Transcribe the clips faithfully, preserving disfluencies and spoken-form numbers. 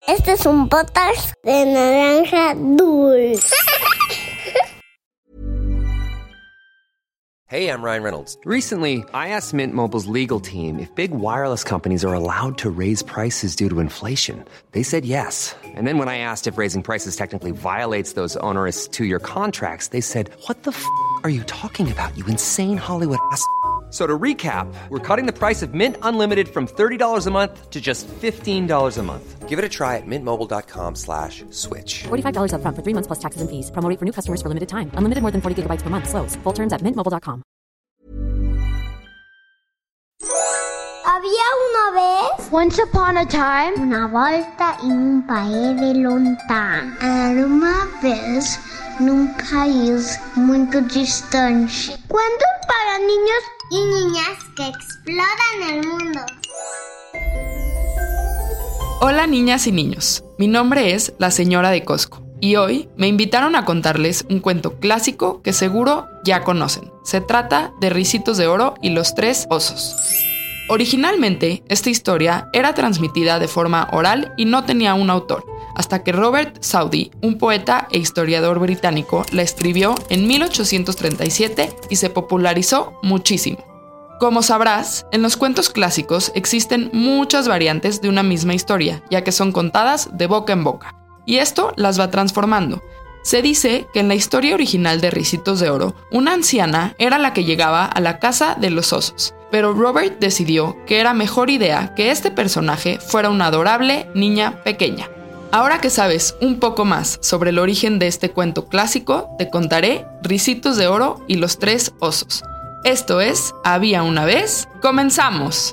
Este es un podcast de Naranja Dulce. Hey, I'm Ryan Reynolds. Recently, I asked Mint Mobile's legal team if big wireless companies are allowed to raise prices due to inflation. They said yes. And then when I asked if raising prices technically violates those onerous two-year contracts, they said, what the f*** are you talking about, you insane Hollywood ass f- So to recap, we're cutting the price of Mint Unlimited from thirty dollars a month to just fifteen dollars a month. Give it a try at mintmobile.com slash switch. forty-five dollars up front for three months plus taxes and fees. Promo rate for new customers for limited time. Unlimited more than forty gigabytes per month. Slows full terms at mint mobile dot com. Había una vez, Once upon a time, una volta en un país de lontano. Era uma vez num país muito distante. Cuentos para niños y niñas que exploran el mundo. Hola niñas y niños, mi nombre es la señora de Costco y hoy me invitaron a contarles un cuento clásico que seguro ya conocen. Se trata de Ricitos de Oro y los Tres Osos. Originalmente, esta historia era transmitida de forma oral y no tenía un autor, hasta que Robert Southey, un poeta e historiador británico, la escribió en mil ochocientos treinta y siete y se popularizó muchísimo. Como sabrás, en los cuentos clásicos existen muchas variantes de una misma historia, ya que son contadas de boca en boca, y esto las va transformando. Se dice que en la historia original de Ricitos de Oro, una anciana era la que llegaba a la casa de los osos, pero Robert decidió que era mejor idea que este personaje fuera una adorable niña pequeña. Ahora que sabes un poco más sobre el origen de este cuento clásico, te contaré Ricitos de Oro y los Tres Osos. Esto es Había una vez. ¡Comenzamos!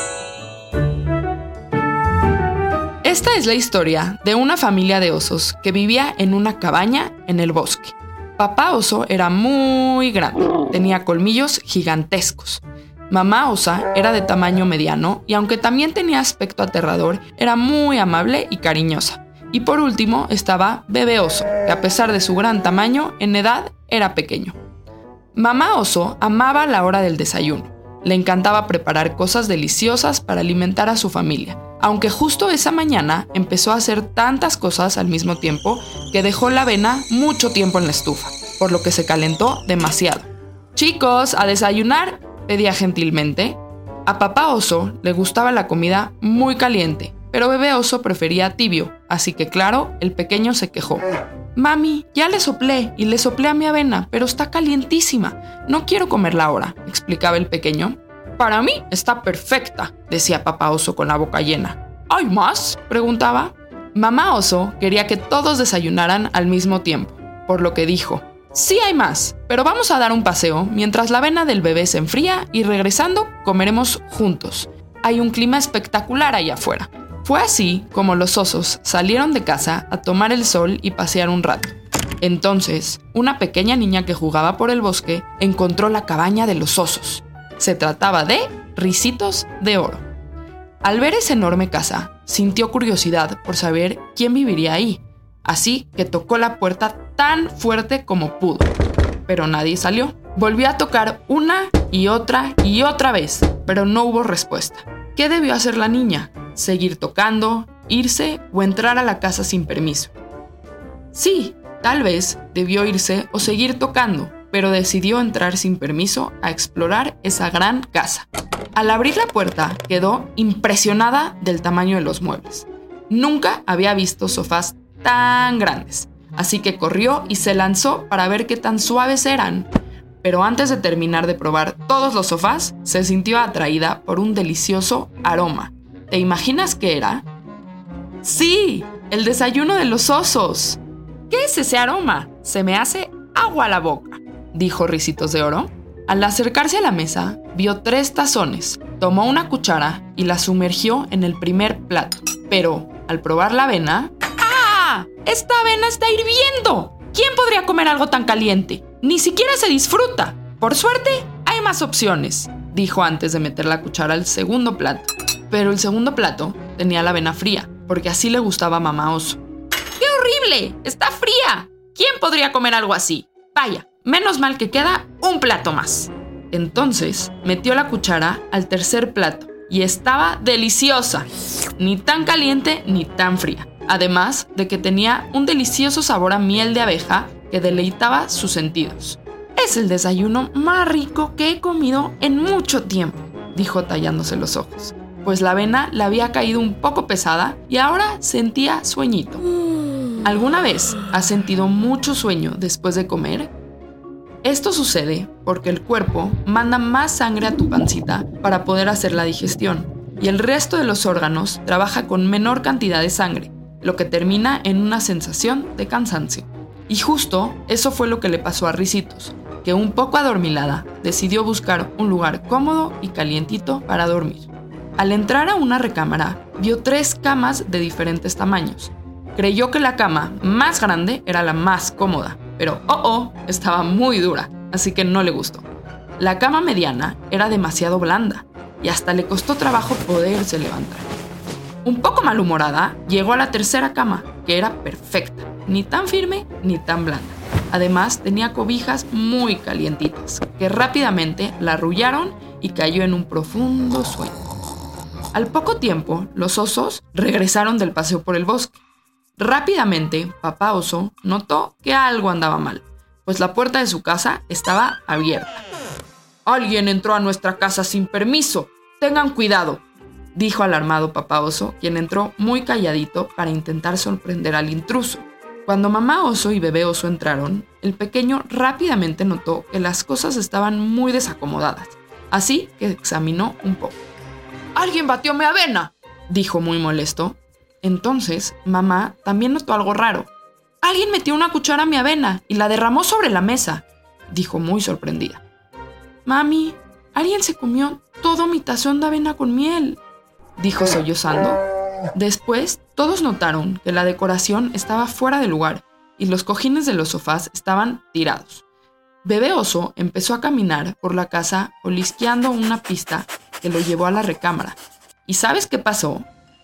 Esta es la historia de una familia de osos que vivía en una cabaña en el bosque. Papá oso era muy grande, tenía colmillos gigantescos. Mamá osa era de tamaño mediano y aunque también tenía aspecto aterrador, era muy amable y cariñosa. Y por último estaba Bebé oso, que a pesar de su gran tamaño, en edad era pequeño. Mamá oso amaba la hora del desayuno. Le encantaba preparar cosas deliciosas para alimentar a su familia, aunque justo esa mañana empezó a hacer tantas cosas al mismo tiempo que dejó la avena mucho tiempo en la estufa, por lo que se calentó demasiado. «Chicos, a desayunar», pedía gentilmente. A papá oso le gustaba la comida muy caliente, pero Bebé oso prefería tibio, así que claro, el pequeño se quejó. «Mami, ya le soplé y le soplé a mi avena, pero está calientísima. No quiero comerla ahora», explicaba el pequeño. «Para mí está perfecta», decía papá oso con la boca llena. «¿Hay más?», preguntaba. Mamá oso quería que todos desayunaran al mismo tiempo, por lo que dijo: «Sí hay más, pero vamos a dar un paseo mientras la avena del bebé se enfría y regresando comeremos juntos. Hay un clima espectacular allá afuera». Fue así como los osos salieron de casa a tomar el sol y pasear un rato. Entonces, una pequeña niña que jugaba por el bosque encontró la cabaña de los osos. Se trataba de Ricitos de Oro. Al ver esa enorme casa, sintió curiosidad por saber quién viviría ahí, así que tocó la puerta tan fuerte como pudo. Pero nadie salió. Volvió a tocar una y otra y otra vez, pero no hubo respuesta. ¿Qué debió hacer la niña? ¿Seguir tocando, irse o entrar a la casa sin permiso? Sí, tal vez debió irse o seguir tocando, pero decidió entrar sin permiso a explorar esa gran casa. Al abrir la puerta, quedó impresionada del tamaño de los muebles. Nunca había visto sofás tan grandes, así que corrió y se lanzó para ver qué tan suaves eran. Pero antes de terminar de probar todos los sofás, se sintió atraída por un delicioso aroma. ¿Te imaginas qué era? ¡Sí! ¡El desayuno de los osos! ¿Qué es ese aroma? Se me hace agua a la boca, dijo Ricitos de Oro. Al acercarse a la mesa, vio tres tazones, tomó una cuchara y la sumergió en el primer plato. Pero, al probar la avena... ¡Ah! ¡Esta avena está hirviendo! ¿Quién podría comer algo tan caliente? Ni siquiera se disfruta. Por suerte, hay más opciones, dijo antes de meter la cuchara al segundo plato. Pero el segundo plato tenía la avena fría, porque así le gustaba a mamá oso. ¡Qué horrible! ¡Está fría! ¿Quién podría comer algo así? Vaya, menos mal que queda un plato más. Entonces, metió la cuchara al tercer plato y estaba deliciosa. Ni tan caliente ni tan fría. además de que tenía un delicioso sabor a miel de abeja que deleitaba sus sentidos. «Es el desayuno más rico que he comido en mucho tiempo», dijo tallándose los ojos, pues la avena le había caído un poco pesada y ahora sentía sueñito. ¿Alguna vez has sentido mucho sueño después de comer? Esto sucede porque el cuerpo manda más sangre a tu pancita para poder hacer la digestión, y el resto de los órganos trabaja con menor cantidad de sangre, lo que termina en una sensación de cansancio. Y justo eso fue lo que le pasó a Ricitos, que un poco adormilada decidió buscar un lugar cómodo y calientito para dormir. Al entrar a una recámara, vio tres camas de diferentes tamaños. Creyó que la cama más grande era la más cómoda, pero oh oh, estaba muy dura, así que no le gustó. La cama mediana era demasiado blanda y hasta le costó trabajo poderse levantar. Un poco malhumorada, llegó a la tercera cama, que era perfecta, ni tan firme ni tan blanda. Además, tenía cobijas muy calientitas, que rápidamente la arrullaron y cayó en un profundo sueño. Al poco tiempo, los osos regresaron del paseo por el bosque. Rápidamente, Papá Oso notó que algo andaba mal, pues la puerta de su casa estaba abierta. «Alguien entró a nuestra casa sin permiso. Tengan cuidado», dijo alarmado Papá Oso, quien entró muy calladito para intentar sorprender al intruso. Cuando Mamá Oso y Bebé Oso entraron, el pequeño rápidamente notó que las cosas estaban muy desacomodadas, así que examinó un poco. «¡Alguien batió mi avena!», dijo muy molesto. Entonces, mamá también notó algo raro. «Alguien metió una cuchara a mi avena y la derramó sobre la mesa», dijo muy sorprendida. «Mami, alguien se comió todo mi tazón de avena con miel», dijo sollozando. Después, todos notaron que la decoración estaba fuera de lugar y los cojines de los sofás estaban tirados. Bebé Oso empezó a caminar por la casa olisqueando una pista que lo llevó a la recámara. ¿Y sabes qué pasó?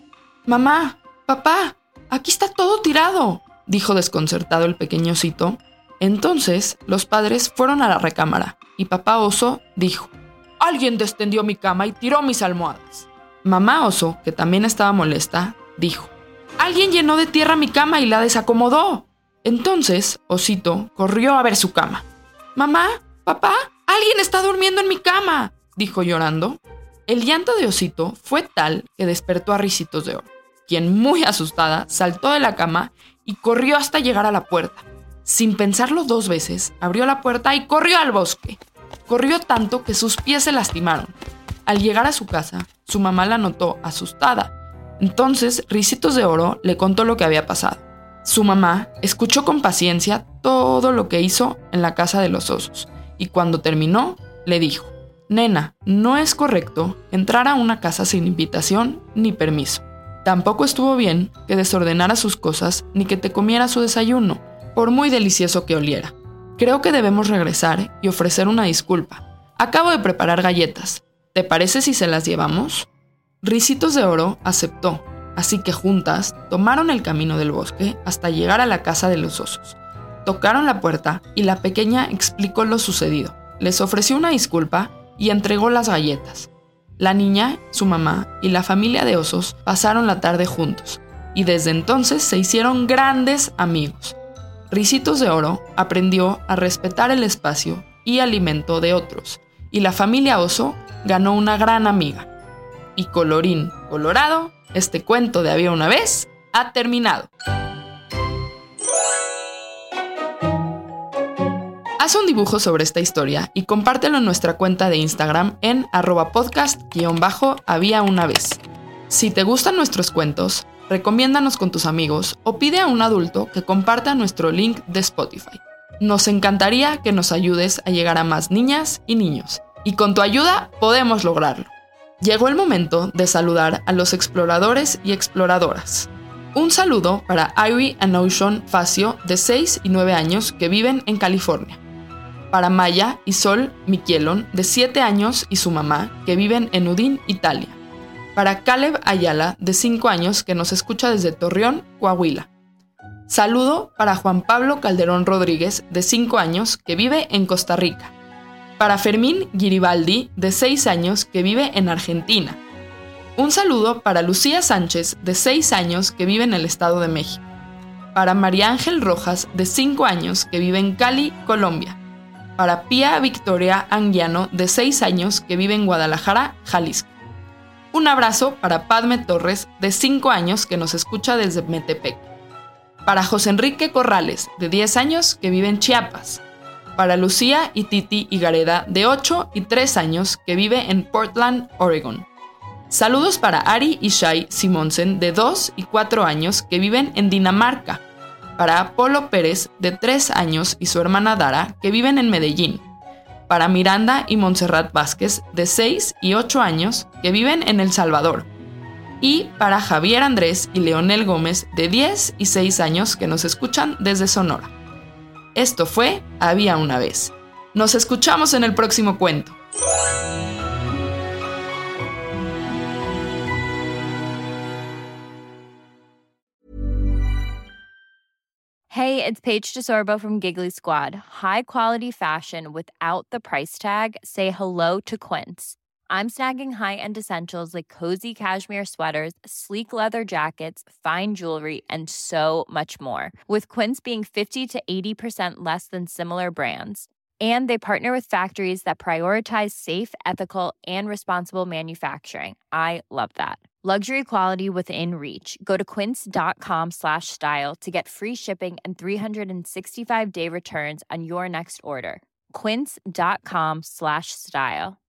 «Mamá, papá, aquí está todo tirado», dijo desconcertado el pequeño osito. Entonces, los padres fueron a la recámara y Papá Oso dijo: «Alguien descendió mi cama y tiró mis almohadas». Mamá Oso, que también estaba molesta, dijo: «Alguien llenó de tierra mi cama y la desacomodó». Entonces, Osito corrió a ver su cama. «Mamá, papá, alguien está durmiendo en mi cama», dijo llorando. El llanto de Osito fue tal que despertó a Ricitos de Oro, quien, muy asustada, saltó de la cama y corrió hasta llegar a la puerta. Sin pensarlo dos veces, abrió la puerta y corrió al bosque. Corrió tanto que sus pies se lastimaron. Al llegar a su casa, su mamá la notó asustada. Entonces, Ricitos de Oro le contó lo que había pasado. Su mamá escuchó con paciencia todo lo que hizo en la casa de los osos, y cuando terminó, le dijo: «Nena, no es correcto entrar a una casa sin invitación ni permiso. Tampoco estuvo bien que desordenara sus cosas ni que te comiera su desayuno, por muy delicioso que oliera. Creo que debemos regresar y ofrecer una disculpa. Acabo de preparar galletas. ¿Te parece si se las llevamos?» Ricitos de Oro aceptó, así que juntas tomaron el camino del bosque hasta llegar a la casa de los osos. Tocaron la puerta y la pequeña explicó lo sucedido. Les ofreció una disculpa y entregó las galletas. La niña, su mamá y la familia de osos pasaron la tarde juntos, y desde entonces se hicieron grandes amigos. Ricitos de Oro aprendió a respetar el espacio y alimento de otros, y la familia Oso ganó una gran amiga. Y colorín colorado, este cuento de Había una vez ha terminado. Haz un dibujo sobre esta historia y compártelo en nuestra cuenta de Instagram en arroba podcast guión bajo había una vez. Si te gustan nuestros cuentos, recomiéndanos con tus amigos o pide a un adulto que comparta nuestro link de Spotify. Nos encantaría que nos ayudes a llegar a más niñas y niños, y con tu ayuda podemos lograrlo. Llegó el momento de saludar a los exploradores y exploradoras. Un saludo para Irie and Ocean Facio, de seis y nueve años, que viven en California. Para Maya y Sol Miquelon, de siete años, y su mamá, que viven en Udine, Italia. Para Caleb Ayala, de cinco años, que nos escucha desde Torreón, Coahuila. Saludo para Juan Pablo Calderón Rodríguez, de cinco años, que vive en Costa Rica. Para Fermín Giribaldi, de seis años, que vive en Argentina. Un saludo para Lucía Sánchez, de seis años, que vive en el Estado de México. Para María Ángel Rojas, de cinco años, que vive en Cali, Colombia. Para Pía Victoria Anguiano, de seis años, que vive en Guadalajara, Jalisco. Un abrazo para Padme Torres, de cinco años, que nos escucha desde Metepec. Para José Enrique Corrales, de diez años, que vive en Chiapas. Para Lucía y Titi Higareda, de ocho y tres años, que vive en Portland, Oregon. Saludos para Ari y Shai Simonsen, de dos y cuatro años, que viven en Dinamarca. Para Apolo Pérez, de tres años, y su hermana Dara, que viven en Medellín. Para Miranda y Montserrat Vázquez, de seis y ocho años, que viven en El Salvador. Y para Javier Andrés y Leonel Gómez, de diez y seis años, que nos escuchan desde Sonora. Esto fue Había una vez. Nos escuchamos en el próximo cuento. Hey, it's Paige DeSorbo from Giggly Squad. High quality fashion without the price tag. Say hello to Quince. I'm snagging high-end essentials like cozy cashmere sweaters, sleek leather jackets, fine jewelry, and so much more. With Quince being fifty to eighty percent less than similar brands. And they partner with factories that prioritize safe, ethical, and responsible manufacturing. I love that. Luxury quality within reach. Go to quince.com slash style to get free shipping and three sixty-five day returns on your next order. Quince.com slash style.